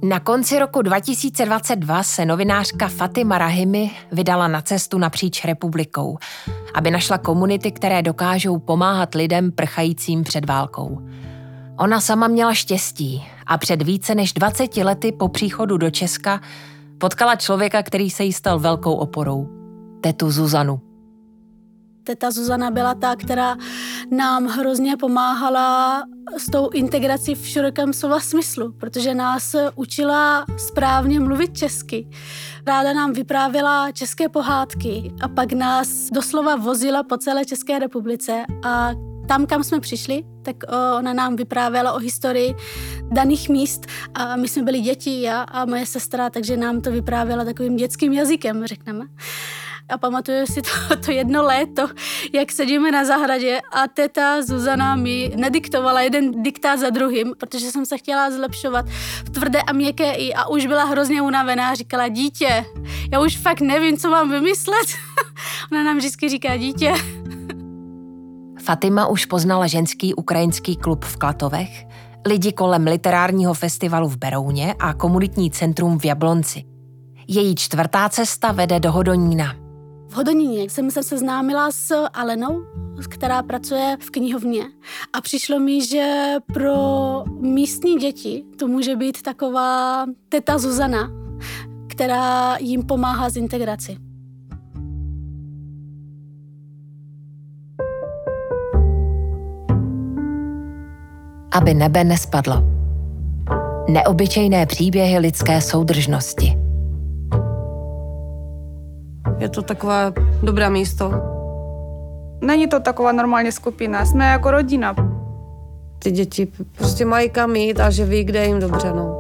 Na konci roku 2022 se novinářka Fatima Rahimi vydala na cestu napříč republikou, aby našla komunity, které dokážou pomáhat lidem prchajícím před válkou. Ona sama měla štěstí a před více než 20 lety po příchodu do Česka potkala člověka, který se jí stal velkou oporou. Tetu Zuzanu. Teta Zuzana byla ta, která nám hrozně pomáhala s tou integrací v širokém slova smyslu, protože nás učila správně mluvit česky. Ráda nám vyprávěla české pohádky a pak nás doslova vozila po celé České republice a tam, kam jsme přišli, tak ona nám vyprávěla o historii daných míst a my jsme byli děti, já a moje sestra, takže nám to vyprávěla takovým dětským jazykem, řekneme. A pamatuju si to jedno léto, jak sedíme na zahradě a teta Zuzana mi nediktovala jeden diktát za druhým, protože jsem se chtěla zlepšovat v tvrdé a měkké i a už byla hrozně unavená a říkala: dítě, já už fakt nevím, co mám vymyslet. Ona nám vždycky říká: dítě. Fatima už poznala ženský ukrajinský klub v Klatovech, lidi kolem literárního festivalu v Berouně a komunitní centrum v Jablonci. Její čtvrtá cesta vede do Hodonína. V Hodoníně jsem se seznámila s Alenou, která pracuje v knihovně. A přišlo mi, že pro místní děti to může být taková teta Zuzana, která jim pomáhá s integrací. Aby nebe nespadlo. Neobyčejné příběhy lidské soudržnosti. Je to takové dobré místo. Není to taková normální skupina, jsme jako rodina. Ty děti prostě mají kam jít a že ví, kde je jim dobře, no.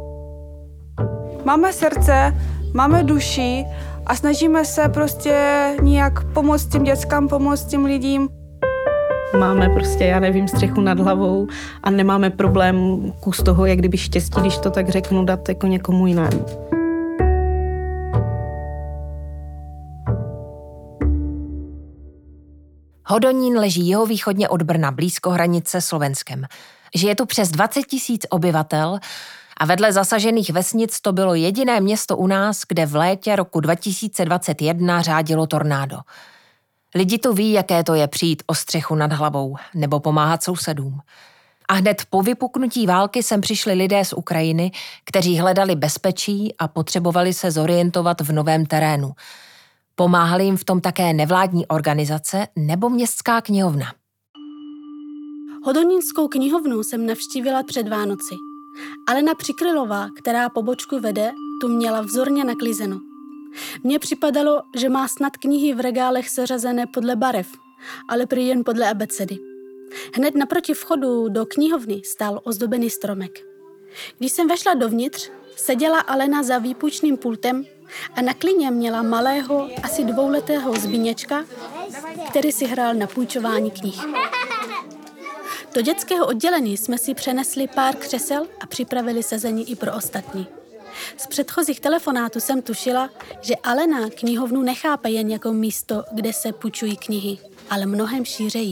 Máme srdce, máme duši a snažíme se prostě nějak pomoct těm dětskám, pomoct těm lidem. Máme prostě, já nevím, střechu nad hlavou a nemáme problém kus toho, jak kdyby štěstí, když to tak řeknu, dát jako někomu jinému. Hodonín leží jihovýchodně od Brna, blízko hranice s Slovenskem. Žije tu přes 20 000 obyvatel a vedle zasažených vesnic to bylo jediné město u nás, kde v létě roku 2021 řádilo tornádo. Lidi tu ví, jaké to je přijít o střechu nad hlavou nebo pomáhat sousedům. A hned po vypuknutí války sem přišli lidé z Ukrajiny, kteří hledali bezpečí a potřebovali se zorientovat v novém terénu. Pomáhali jim v tom také nevládní organizace nebo městská knihovna. Hodonínskou knihovnu jsem navštívila před Vánoci. Alena Přikrylová, která pobočku vede, tu měla vzorně naklizeno. Mně připadalo, že má snad knihy v regálech seřazené podle barev, ale prý jen podle abecedy. Hned naproti vchodu do knihovny stál ozdobený stromek. Když jsem vešla dovnitř, seděla Alena za výpůjčným pultem a na klíně měla malého, asi 2letého Zbíněčka, který si hrál na půjčování knih. Do dětského oddělení jsme si přenesli pár křesel a připravili sezení i pro ostatní. Z předchozích telefonátů jsem tušila, že Alena knihovnu nechápe jen jako místo, kde se půjčují knihy, ale mnohem šířejí.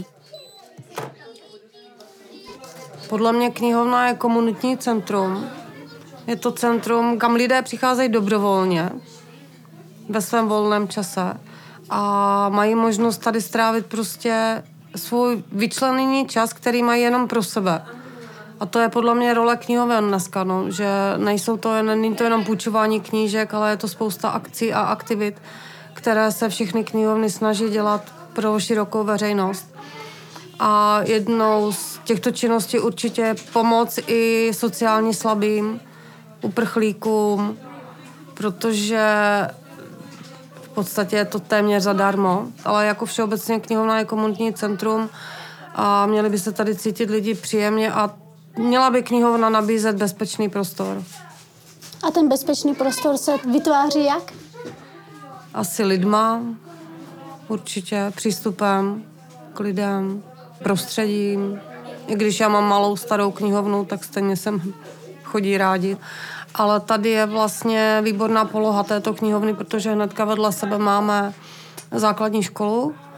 Podle mě knihovna je komunitní centrum. Je to centrum, kam lidé přicházejí dobrovolně ve svém volném čase a mají možnost tady strávit prostě svůj vyčleněný čas, který mají jenom pro sebe. A to je podle mě role knihoven dneska, no, že není to jenom půjčování knížek, ale je to spousta akcí a aktivit, které se všechny knihovny snaží dělat pro širokou veřejnost. A jednou z těchto činností určitě je pomoc i sociálně slabým, uprchlíkům, protože v podstatě je to téměř zadarmo, ale jako všeobecně knihovna je komunitní centrum a měli by se tady cítit lidi příjemně a měla by knihovna nabízet bezpečný prostor. A ten bezpečný prostor se vytváří jak? Asi lidma, určitě, přístupem k lidem, prostředím. I když já mám malou starou knihovnu, tak stejně sem chodí rádi. Ale tady je vlastně výborná poloha této knihovny, protože hnedka vedle sebe máme základní školu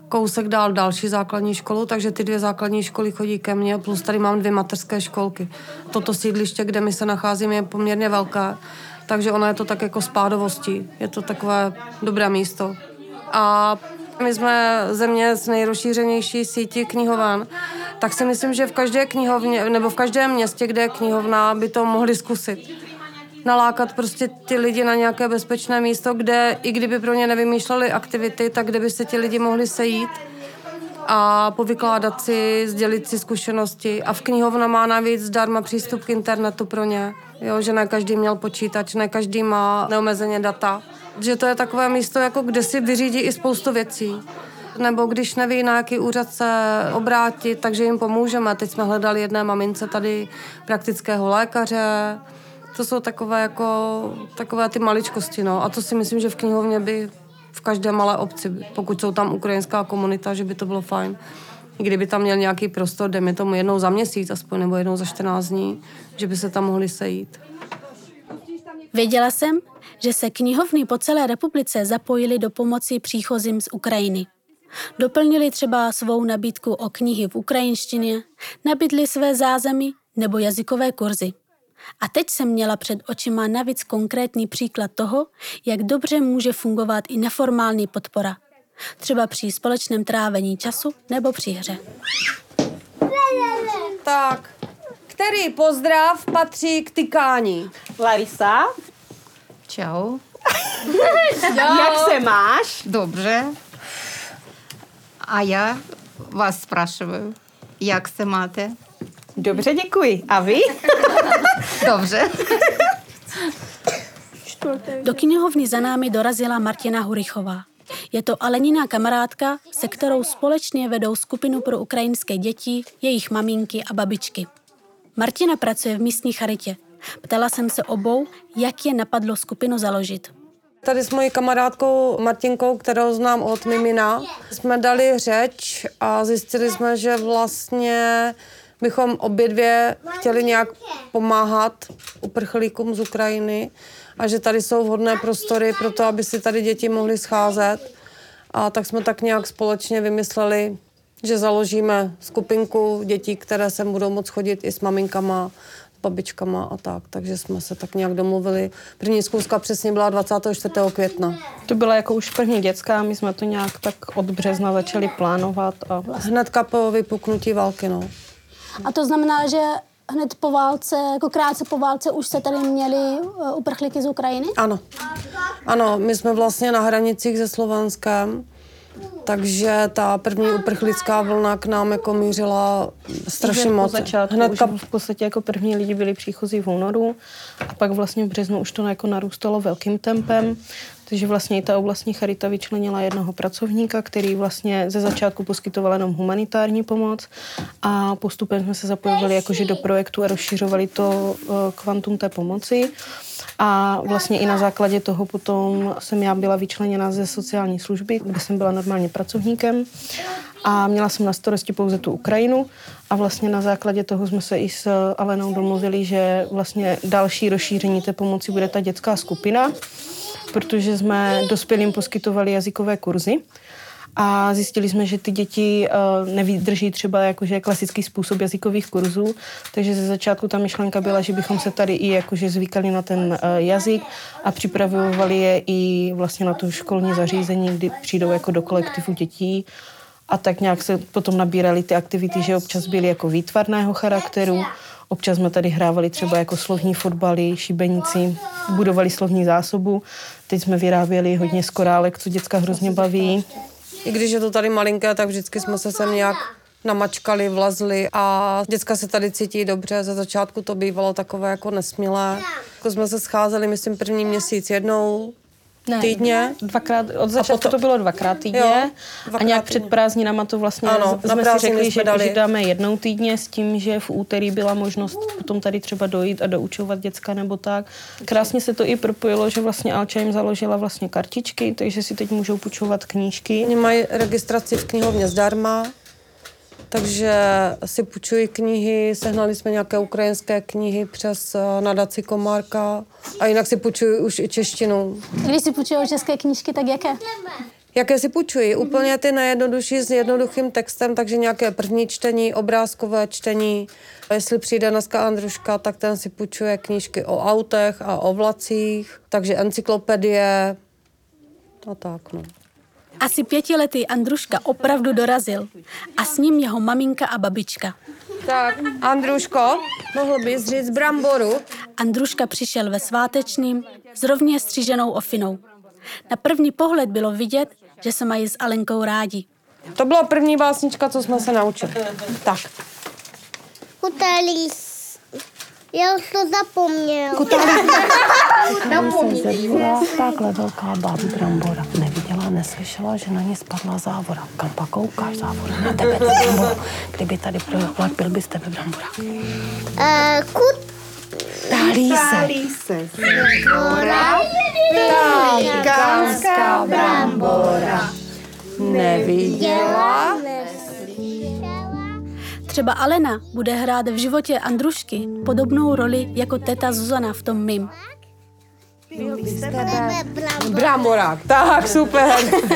kousek dál další základní školu, takže ty 2 základní školy chodí ke mně, plus tady mám 2 mateřské školky. Toto sídliště, kde my se nacházíme, je poměrně velké, takže ono je to tak jako spádovostí. Je to takové dobré místo. A my jsme země s nejrozšířenější sítí knihoven, tak si myslím, že v každé knihovně, nebo v každém městě, kde je knihovna, by to mohli zkusit. Nalákat prostě ty lidi na nějaké bezpečné místo, kde i kdyby pro ně nevymýšleli aktivity, tak kde by se ti lidi mohli sejít a povykládat si, sdělit si zkušenosti. A v knihovna má navíc zdarma přístup k internetu pro ně. Jo, že ne každý měl počítač, ne každý má neomezeně data. Že to je takové místo, jako kde si vyřídí i spoustu věcí. Nebo když neví, na jaký úřad se obrátit, takže jim pomůžeme. Teď jsme hledali jedné mamince tady praktického lékaře. To jsou takové ty maličkosti, no. A to si myslím, že v knihovně by v každé malé obci, pokud jsou tam ukrajinská komunita, že by to bylo fajn. I kdyby tam měl nějaký prostor, dejme tomu jednou za měsíc aspoň, nebo jednou za 14 dní, že by se tam mohli sejít. Věděla jsem, že se knihovny po celé republice zapojily do pomoci příchozím z Ukrajiny. Doplnili třeba svou nabídku o knihy v ukrajinštině, nabídli své zázemí nebo jazykové kurzy. A teď jsem měla před očima navíc konkrétní příklad toho, jak dobře může fungovat i neformální podpora. Třeba při společném trávení času nebo při hře. Tak, který pozdrav patří k tykání? Larisa, Čau. jak se máš? Dobře. A já vás спрашиваю, jak se máte? Dobře, děkuji. A vy? Dobře. Do knihovny za námi dorazila Martina Hurichová. Je to Alenina kamarádka, se kterou společně vedou skupinu pro ukrajinské děti, jejich maminky a babičky. Martina pracuje v místní charitě. Ptala jsem se obou, jak je napadlo skupinu založit. Tady s mojí kamarádkou Martinkou, kterou znám od mimina, jsme dali řeč a zjistili jsme, že vlastně bychom obě dvě chtěli nějak pomáhat uprchlíkům z Ukrajiny a že tady jsou vhodné prostory pro to, aby si tady děti mohly scházet. A tak jsme tak nějak společně vymysleli, že založíme skupinku dětí, které sem budou moct chodit i s maminkama, s babičkama a tak. Takže jsme se tak nějak domluvili. První zkouška přesně byla 24. května. To byla jako už první dětská, my jsme to nějak tak od března začali plánovat. A... Hnedka po vypuknutí války, no. A to znamená, že hned po válce, jako krátce po válce, už se tady měli uprchlíky z Ukrajiny? Ano. Ano, my jsme vlastně na hranicích se Slovenskem, takže ta první uprchlická vlna k nám jako mířila strašně moc. Hnedka v podstatě jako první lidi byli příchozí v únoru a pak vlastně v březnu už to jako narůstalo velkým tempem. Takže vlastně i ta oblastní charita vyčlenila jednoho pracovníka, který vlastně ze začátku poskytoval jenom humanitární pomoc a postupem jsme se zapojovali jakože do projektu a rozšiřovali to kvantum té pomoci. A vlastně i na základě toho potom jsem já byla vyčleněna ze sociální služby, kde jsem byla normálně pracovníkem a měla jsem na starosti pouze tu Ukrajinu a vlastně na základě toho jsme se i s Alenou domluvili, že vlastně další rozšíření té pomoci bude ta dětská skupina, protože jsme dospělým poskytovali jazykové kurzy a zjistili jsme, že ty děti nevydrží třeba jakože klasický způsob jazykových kurzů, takže ze začátku ta myšlenka byla, že bychom se tady i jakože zvykali na ten jazyk a připravovali je i vlastně na to školní zařízení, kdy přijdou jako do kolektivu dětí a tak nějak se potom nabírali ty aktivity, že občas byly jako výtvarného charakteru, občas jsme tady hrávali třeba jako slovní fotbaly, šibenici, budovali slovní zásobu, teď jsme vyráběli hodně skorálek, co děcka hrozně baví. I když je to tady malinké, tak vždycky jsme se sem nějak namačkali, vlezli a děcka se tady cítí dobře. Ze začátku to bývalo takové jako nesmělé. Jako jsme se scházeli, myslím, první měsíc jednou týdně. Dvakrát, od začátku to bylo dvakrát týdně a nějak před prázdninama to vlastně jsme si řekli, že dáme jednou týdně s tím, že v úterý byla možnost potom tady třeba dojít a doučovat děcka nebo tak. Krásně se to i propojilo, že vlastně Alča jim založila vlastně kartičky, takže si teď můžou půjčovat knížky. Oni mají registraci v knihovně zdarma, takže si půjčují knihy, sehnali jsme nějaké ukrajinské knihy přes nadaci Komárka a jinak si půjčují už i češtinu. Když si půjčují české knížky, tak jaké? Jaké si půjčuji? Úplně ty nejjednodušší s jednoduchým textem, takže nějaké první čtení, obrázkové čtení. Jestli přijde dneska Andruška, tak ten si půjčuje knížky o autech a o vlacích, takže encyklopedie a tak, no. Asi 5letý Andruška opravdu dorazil a s ním jeho maminka a babička. Tak, Andruško, mohl bys říct bramboru? Andruška přišel ve svátečným s rovně stříženou ofinou. Na první pohled bylo vidět, že se mají s Alenkou rádi. To byla první básnička, co jsme se naučili. Tak. Kutalís. Já už to zapomněl. Takhle velká brambora. Neviděla, neslyšela, že na ní spadla závora. Kam pak koukáš, závora? Na tebe, brambora. Kdyby tady projel vlak, byl by z tebe brambora. Tálí se. Zbora. Velikánska brambora. Neviděla. Třeba Alena bude hrát v životě Andrušky podobnou roli jako teta Zuzana v tom mým. Bramborák. Tak, super.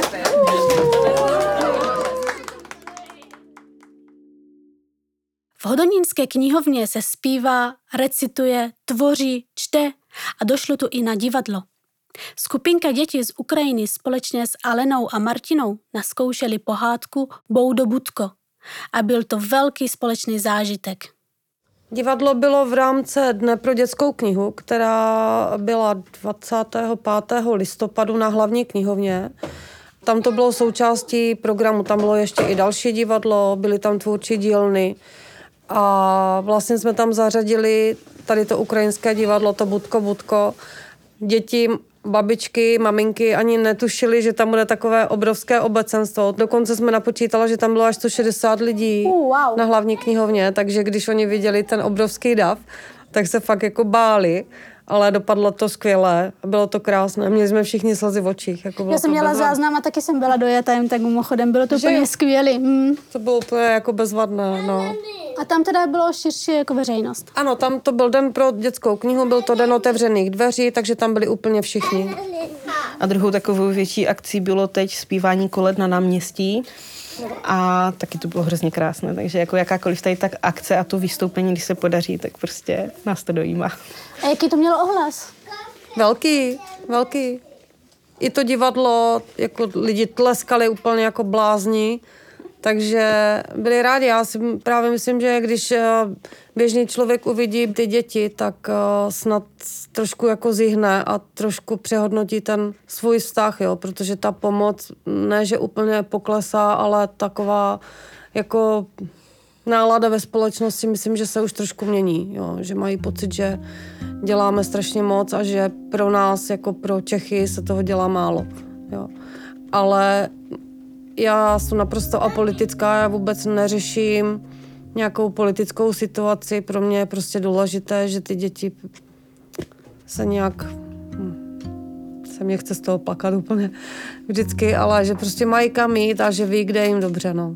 V Hodonínské knihovně se zpívá, recituje, tvoří, čte a došlo tu i na divadlo. Skupinka dětí z Ukrajiny společně s Alenou a Martinou nazkoušeli pohádku Boudo Budko a byl to velký společný zážitek. Divadlo bylo v rámci Dne pro dětskou knihu, která byla 25. listopadu na hlavní knihovně. Tam to bylo součástí programu, tam bylo ještě i další divadlo, byly tam tvůrčí dílny a vlastně jsme tam zařadili tady to ukrajinské divadlo, to Budko. Děti, babičky, maminky ani netušili, že tam bude takové obrovské obecenstvo. Dokonce jsme napočítala, že tam bylo až 160 lidí na hlavní knihovně, takže když oni viděli ten obrovský dav, tak se fakt jako báli, ale dopadlo to skvěle, bylo to krásné, měli jsme všichni slzy v očích. Jako Já jsem měla záznam a taky jsem byla dojetá, tak mimochodem bylo to úplně skvělý. To bylo úplně jako bezvadné, no. A tam teda bylo širší jako veřejnost. Ano, tam to byl Den pro dětskou knihu, byl to den otevřených dveří, takže tam byli úplně všichni. A druhou takovou větší akcí bylo teď zpívání kolet na náměstí. A taky to bylo hrozně krásné, takže jako jakákoliv tady tak akce a to vystoupení, když se podaří, tak prostě nás to dojímá. A jaký to mělo ohlas? Velký. I to divadlo, jako lidi tleskali úplně jako blázni, takže byli rádi. Já si právě myslím, že když běžný člověk uvidí ty děti, tak snad trošku jako zihne a trošku přehodnotí ten svůj vztah, jo, protože ta pomoc ne, že úplně poklesá, ale taková jako nálada ve společnosti, myslím, že se už trošku mění, jo, že mají pocit, že děláme strašně moc a že pro nás, jako pro Čechy, se toho dělá málo, jo. Ale já jsem naprosto apolitická, já vůbec neřeším nějakou politickou situaci. Pro mě je prostě důležité, že ty děti se nějak... se mě chce z toho plakat úplně vždycky, ale že prostě mají kam jít a že ví, kde jim dobře, no.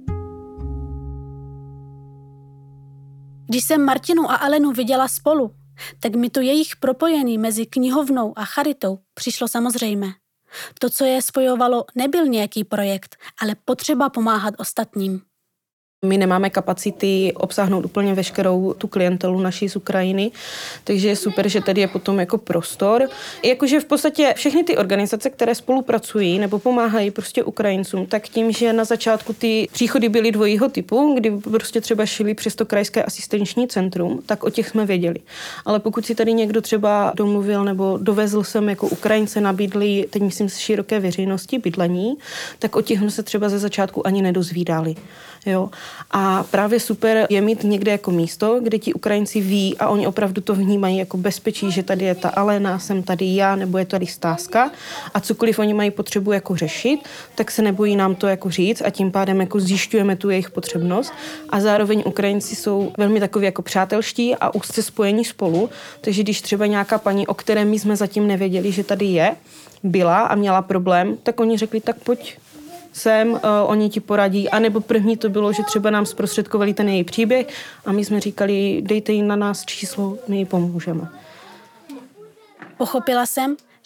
Když jsem Martinu a Alenu viděla spolu, tak mi to jejich propojení mezi knihovnou a charitou přišlo samozřejmé. To, co je spojovalo, nebyl nějaký projekt, ale potřeba pomáhat ostatním. My nemáme kapacity obsáhnout úplně veškerou tu klientelu naší z Ukrajiny, takže je super, že tady je potom jako prostor. Jakože v podstatě všechny ty organizace, které spolupracují nebo pomáhají prostě Ukrajincům, tak tím, že na začátku ty příchody byly dvojího typu, kdy prostě třeba šli přes to krajské asistenční centrum, tak o těch jsme věděli. Ale pokud si tady někdo třeba domluvil nebo dovezl sem jako Ukrajince, nabídli, teď myslím z široké veřejnosti, bydlení, tak o těch jsme se třeba ze začátku ani nedozvídali. Jo. A právě super je mít někde jako místo, kde ti Ukrajinci ví a oni opravdu to vnímají jako bezpečí, že tady je ta Alena, jsem tady já, nebo je tady Stázka a cokoliv oni mají potřebu jako řešit, tak se nebojí nám to jako říct a tím pádem jako zjišťujeme tu jejich potřebnost a zároveň Ukrajinci jsou velmi takový jako přátelští a úzce spojení spolu, takže když třeba nějaká paní, o které my jsme zatím nevěděli, že tady je, byla a měla problém, tak oni řekli, tak pojď sem, oni ti poradí. A nebo první to bylo, že třeba nám zprostředkovali ten její příběh a my jsme říkali, dejte jí na nás číslo, my jí pomůžeme. Pochopila jsem,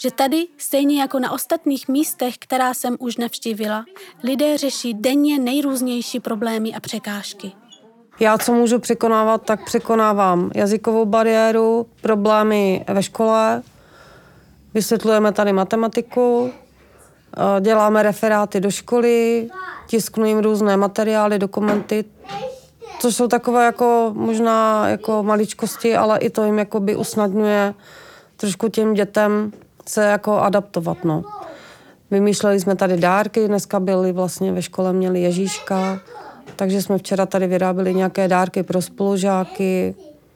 že tady, stejně jako na ostatních místech, která jsem už navštívila, lidé řeší denně nejrůznější problémy a překážky. Já, co můžu překonávat, tak překonávám jazykovou bariéru, problémy ve škole, vysvětlujeme tady matematiku, děláme referáty do školy, tisknu jim různé materiály, dokumenty, což jsou takové jako možná jako maličkosti, ale i to jim jakoby usnadňuje trošku těm dětem se jako adaptovat, no. Vymýšleli jsme tady dárky, dneska byli vlastně ve škole, měli Ježíška, takže jsme včera tady vyráběli nějaké dárky pro spolužáky.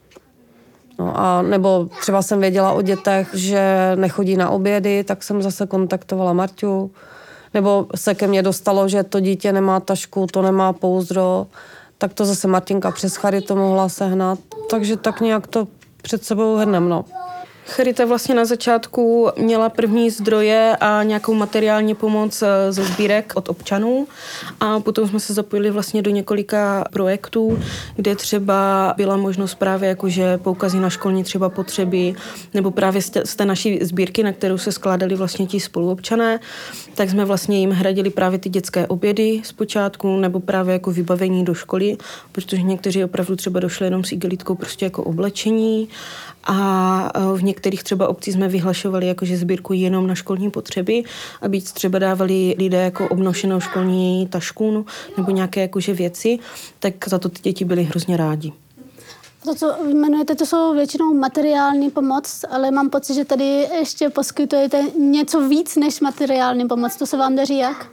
No a nebo třeba jsem věděla o dětech, že nechodí na obědy, tak jsem zase kontaktovala Marťu. Nebo se ke mně dostalo, že to dítě nemá tašku, to nemá pouzdro, tak to zase Martinka přes Charitu mohla sehnat. Takže tak nějak to před sebou hrnem, no. Charita vlastně na začátku měla první zdroje a nějakou materiální pomoc ze sbírek od občanů a potom jsme se zapojili vlastně do několika projektů, kde třeba byla možnost právě jakože poukazy na školní třeba potřeby nebo právě z té naší sbírky, na kterou se skládali vlastně ti spoluobčané, tak jsme vlastně jim hradili právě ty dětské obědy zpočátku nebo právě jako vybavení do školy, protože někteří opravdu třeba došli jenom s igelitkou prostě jako oblečení a v některých třeba obcí jsme vyhlašovali jakože sbírku jenom na školní potřeby, aby třeba dávali lidé jako obnošenou školní tašku nebo nějaké jakože věci, tak za to ty děti byly hrozně rádi. To, co jmenujete, to jsou většinou materiální pomoc, ale mám pocit, že tady ještě poskytujete něco víc než materiální pomoc. To se vám daří jak?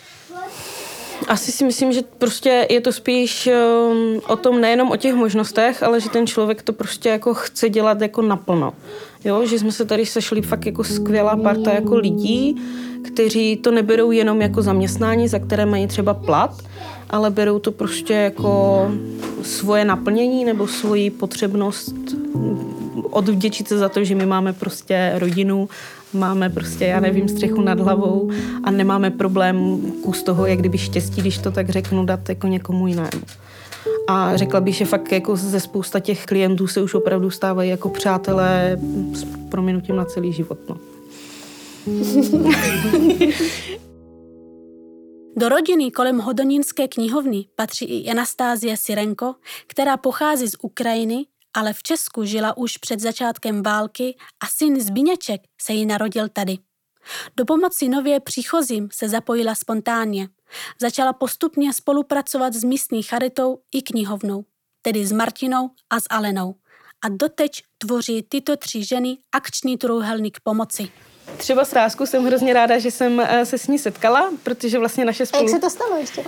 Asi si myslím, že prostě je to spíš o tom nejenom o těch možnostech, ale že ten člověk to prostě jako chce dělat jako naplno. Jo, že jsme se tady sešli fakt jako skvělá parta jako lidí, kteří to neberou jenom jako zaměstnání, za které mají třeba plat, ale berou to prostě jako svoje naplnění nebo svoji potřebnost odvděčit se za to, že my máme prostě rodinu, máme prostě, já nevím, střechu nad hlavou a nemáme problém kus toho, jak kdyby štěstí, když to tak řeknu, dát jako někomu jinému. A řekla bych, že fakt jako ze spousta těch klientů se už opravdu stávají jako přátelé s prominutím na celý život. No. Do rodiny kolem Hodonínské knihovny patří i Anastázie Sirenko, která pochází z Ukrajiny, ale v Česku žila už před začátkem války a syn Zbigněček se jí narodil tady. Do pomoci nově příchozím se zapojila spontánně. Začala postupně spolupracovat s místní charitou i knihovnou, tedy s Martinou a s Alenou. A doteď tvoří tyto 3 ženy akční trojúhelník pomoci. Třeba Stásku jsem hrozně ráda, že jsem se s ní setkala, protože vlastně A jak se to stalo ještě?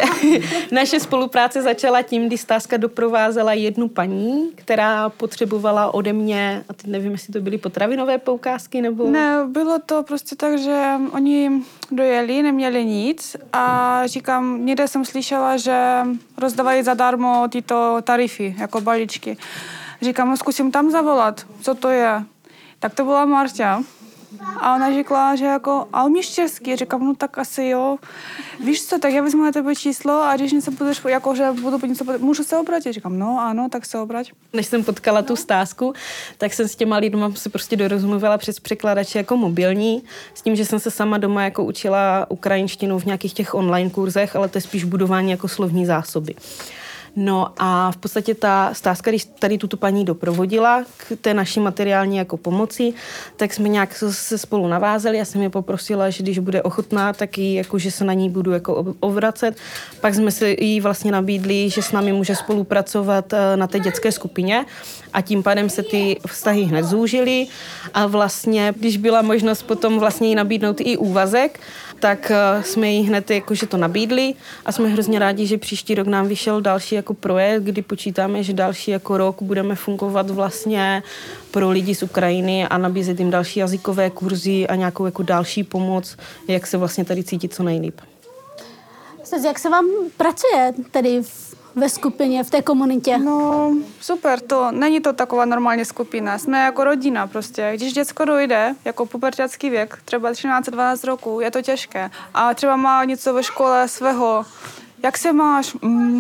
Naše spolupráce začala tím, kdy Stáska doprovázela jednu paní, která potřebovala ode mě, a teď nevím, jestli to byly potravinové poukázky, nebo... Ne, bylo to prostě tak, že oni dojeli, neměli nic a říkám, někde jsem slyšela, že rozdávají zadarmo tyto tarify, jako balíčky. Říkám, no zkusím tam zavolat, co to je. Tak to byla Marta. A ona řekla, že jako, a umíš česky? Říkám, no tak asi jo. Víš co, tak já vezmu na tebe číslo a když něco budeš, jakože budu něco, můžu se obrátit? Říkám, no ano, tak se obrať. Než jsem potkala tu Stásku, tak jsem s těma lidma se prostě dorozmluvila přes překladače jako mobilní, s tím, že jsem se sama doma jako učila ukrajinštinu v nějakých těch online kurzech, ale to je spíš budování jako slovní zásoby. No a v podstatě ta Stáska, když tady tuto paní doprovodila k té naší materiální jako pomoci, tak jsme nějak se spolu navázali. Já jsem je poprosila, že když bude ochotná, tak jí, jako, že se na ní budu jako obracet. Pak jsme se jí vlastně nabídli, že s námi může spolupracovat na té dětské skupině a tím pádem se ty vztahy hned zúžily a vlastně, když byla možnost potom vlastně jí nabídnout i úvazek, tak jsme jí hned jakože to nabídli a jsme hrozně rádi, že příští rok nám vyšel další jako projekt, kdy počítáme, že další jako rok budeme fungovat vlastně pro lidi z Ukrajiny a nabízet jim další jazykové kurzy a nějakou jako další pomoc, jak se vlastně tady cítit co nejlíp. Jak se vám pracuje tady ve skupině, v té komunitě? No, super, to není to taková normální skupina. Jsme jako rodina prostě. Když děcko dojde, jako puberťácký věk, třeba 13-12 roku, je to těžké. A třeba má něco ve škole svého. Jak se máš?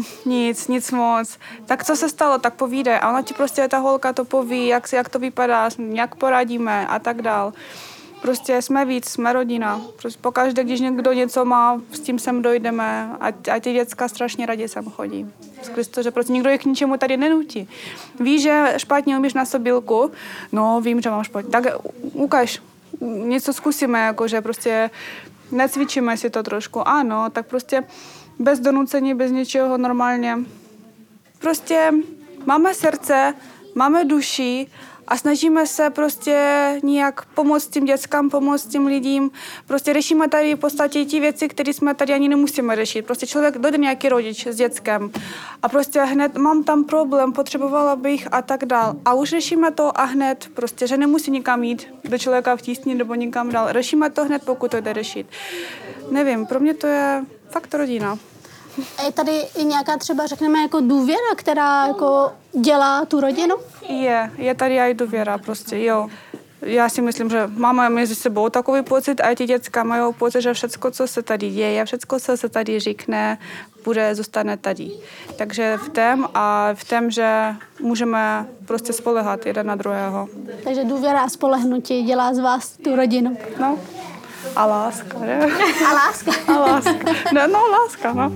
Nic moc. Tak co se stalo? Tak povídej. A ona ti prostě, ta holka to poví, jak to vypadá, jak poradíme a tak dál. Prostě jsme víc, jsme rodina. Prostě pokaždé, když někdo něco má, s tím sem dojdeme a ty děcka strašně rádi sem chodí. Skrz to, že prostě nikdo je k ničemu tady nenutí. Víš, že špatně umíš na sobilku? No, vím, že mám špatně. Tak ukaž, něco zkusíme, jakože prostě necvičíme si to trošku. Ano, tak prostě bez donucení, bez ničeho normálně. Prostě máme srdce, máme duši a snažíme se prostě nějak pomoct tím dětskám, pomoct tím lidem. Prostě řešíme tady v podstatě ty věci, které jsme tady ani nemusíme řešit. Prostě člověk dojde nějaký rodič s dětskem a prostě hned mám tam problém, potřebovala bych a tak dál. A už řešíme to a hned prostě, že nemusí nikam jít do člověka v tísni nebo nikam dál. Řešíme to hned, pokud to jde řešit. Nevím, pro mě to je fakt rodina. Je tady i nějaká třeba, řekneme, jako důvěra, která jako dělá tu rodinu? Je tady i důvěra prostě, jo. Já si myslím, že máme mezi sebou takový pocit a ti děcka mají pocit, že všecko, co se tady děje, všecko, co se tady říkne, zůstane tady. Takže v tom, že můžeme prostě spolehat jeden na druhého. Takže důvěra a spolehnutí dělá z vás tu rodinu. No. A láska, ne? A láska. A láska. No, láska, no.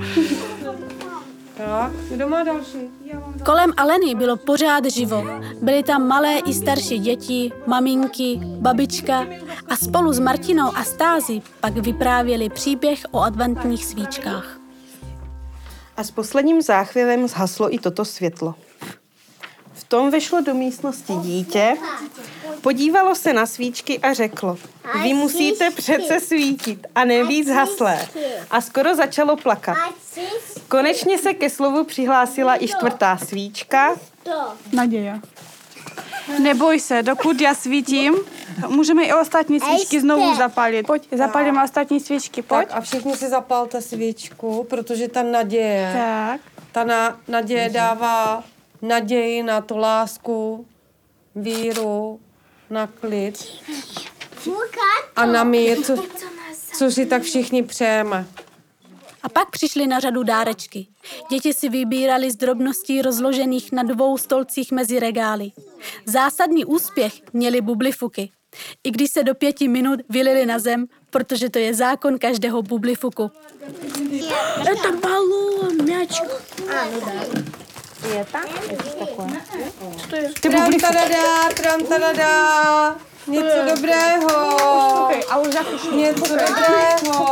Tak, kdo má další? Kolem Aleny bylo pořád živo. Byly tam malé i starší děti, maminky, babička a spolu s Martinou a Stází pak vyprávěli příběh o adventních svíčkách. A s posledním záchvěvem zhaslo i toto světlo. V tom vešlo do místnosti dítě, podívalo se na svíčky a řeklo: vy musíte přece svítit a nebýt zhaslé. A skoro začalo plakat. Konečně se ke slovu přihlásila i 4. svíčka. Naděje. Neboj se, dokud já svítím, můžeme i ostatní svíčky znovu zapálit. Pojď, zapálíme ostatní svíčky, pojď. Tak a všichni si zapálte svíčku, protože ta naděje, Tak. ta naděje dává naději na tu lásku, víru, na klid a na mír, co si tak všichni přejeme. A pak přišly na řadu dárečky. Děti si vybírali z drobností rozložených na 2 stolcích mezi regály. Zásadní úspěch měly bublifuky. I když se do 5 minut vylili na zem, protože to je zákon každého bublifuku. To balón, míčko. Je tak? Je to takové. Tram-tadadá, něco dobrého. Něco dobrého.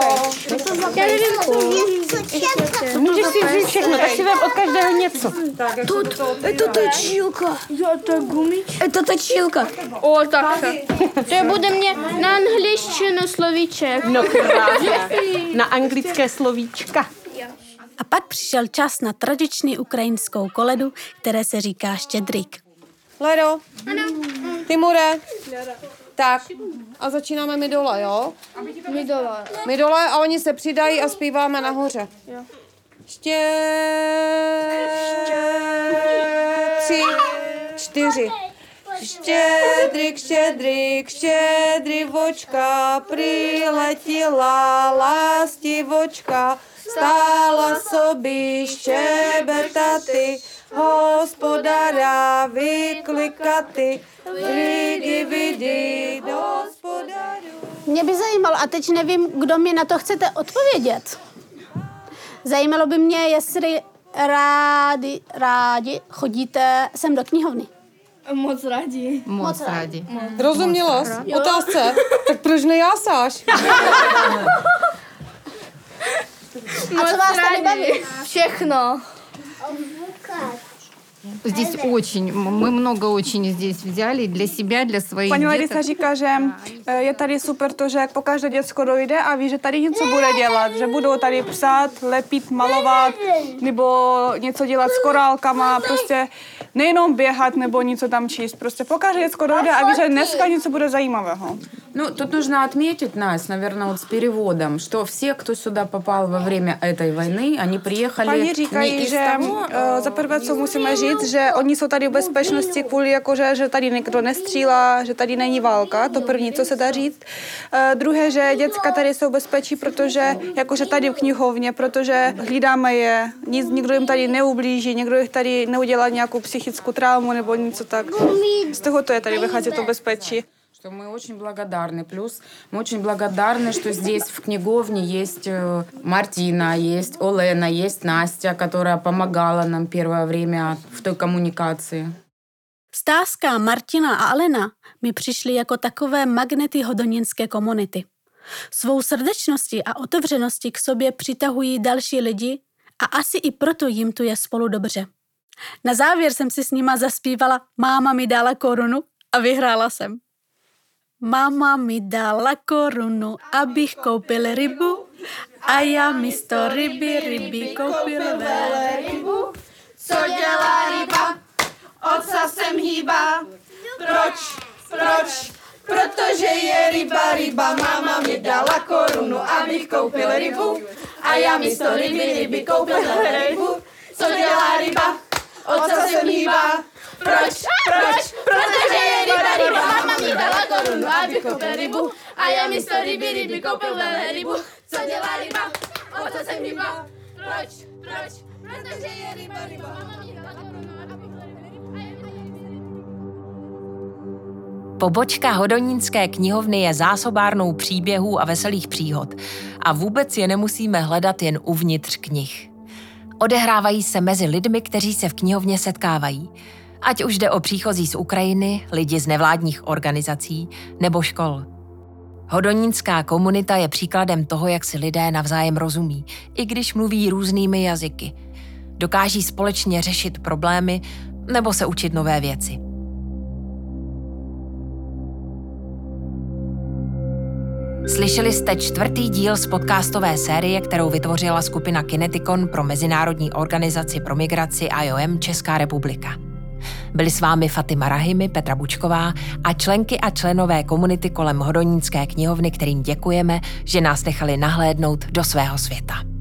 Můžeš si vzít všechno, tak si vem od každého něco. Это точилка. Это гумич. Это точилка. О, так. To bude mě na angličtinu slovíček. No krásně. Na anglické slovíčka. A pak přišel čas na tradiční ukrajinskou koledu, které se říká štědrýk. Ledo, Timure. Tak, a začínáme my dole, jo? My dole a oni se přidají a zpíváme nahoře. Ještě 3, 4. Štědrýk, štědrýk, štědrivočka, přiletěla lastivočka, stála sobі štěbetati, hospodára vyklikati, lidi vidí hospodáru. Mě by zajímalo, a teď nevím, kdo mi na to chcete odpovědět. Zajímalo by mě, jestli rádi chodíte sem do knihovny. Moc rádi. Rozuměla jsi otázce? Tak proč nejásáš? A co vás tady baví? Všechno. Здесь очень, мы много очень здесь взяли для себя, для своих Paní деток. Larisa říká, že je tady super to, že jak po každé děcko dojde a ví, že tady něco bude dělat, že budou tady psát, lepit, malovat, nebo něco dělat s korálkama, prostě nejenom běhat nebo něco tam číst. Prostě po každé děcko dojde a ví, že dneska něco bude zajímavého. Ну, тут нужно отметить, Настя, наверное, вот с переводом, что все, кто сюда попал во время этой войны, они приехали Paní не říkají, из že того... za prvé, co musíme říct, že oni jsou tady v bezpečnosti kvůli, jakože, že tady nikdo nestřílá, že tady není válka, to první, co se dá říct. Druhé, že děcka tady jsou bezpečí, protože jakože tady v knihovně, protože hlídáme je, nikdo jim tady neublíží, někdo jich tady neudělá nějakou psychickou traumu nebo něco tak. Z toho to je tady vychází to bezpečí. Что мы очень благодарны. Плюс мы очень благодарны, что здесь в книговне есть Мартина, есть Олена, есть Настя, которая помогала нам первое время в той коммуникации. Stázka, Martina a Alena mi přišly jako takové magnety hodonínské komunity. Svou srdečností a otevřeností k sobě přitahují další lidi a asi i proto jim tu je spolu dobře. Na závěr jsem si s nima zaspívala Máma mi dala korunu a vyhrála jsem. Máma mi dala korunu, abych koupil rybu a já místo ryby koupil velerybu. Co dělá ryba? Ocasem hýbá. Proč? Protože je ryba. Máma mi dala korunu, abych koupil rybu a já místo ryby koupil velerybu. Co dělá ryba? Ocasem hýbá. Proč? Protože je ryba. Máma mi dala korunu, abych koupil rybu a já místo ryby koupil velerybu. Co dělá ryba? Ocasem hýbá. Proč? Protože je ryba. Máma mi dala korunu, abych koupil rybu a já místo Pobočka Hodonínské knihovny je zásobárnou příběhů a veselých příhod a vůbec je nemusíme hledat jen uvnitř knih. Odehrávají se mezi lidmi, kteří se v knihovně setkávají. Ať už jde o příchozí z Ukrajiny, lidi z nevládních organizací nebo škol. Hodonínská komunita je příkladem toho, jak si lidé navzájem rozumí, i když mluví různými jazyky. Dokáží společně řešit problémy nebo se učit nové věci. Slyšeli jste 4. díl z podcastové série, kterou vytvořila skupina Kinetikon pro Mezinárodní organizaci pro migraci IOM Česká republika. Byli s vámi Fatima Rahimi, Petra Bučková a členky a členové komunity kolem Hodonínské knihovny, kterým děkujeme, že nás nechali nahlédnout do svého světa.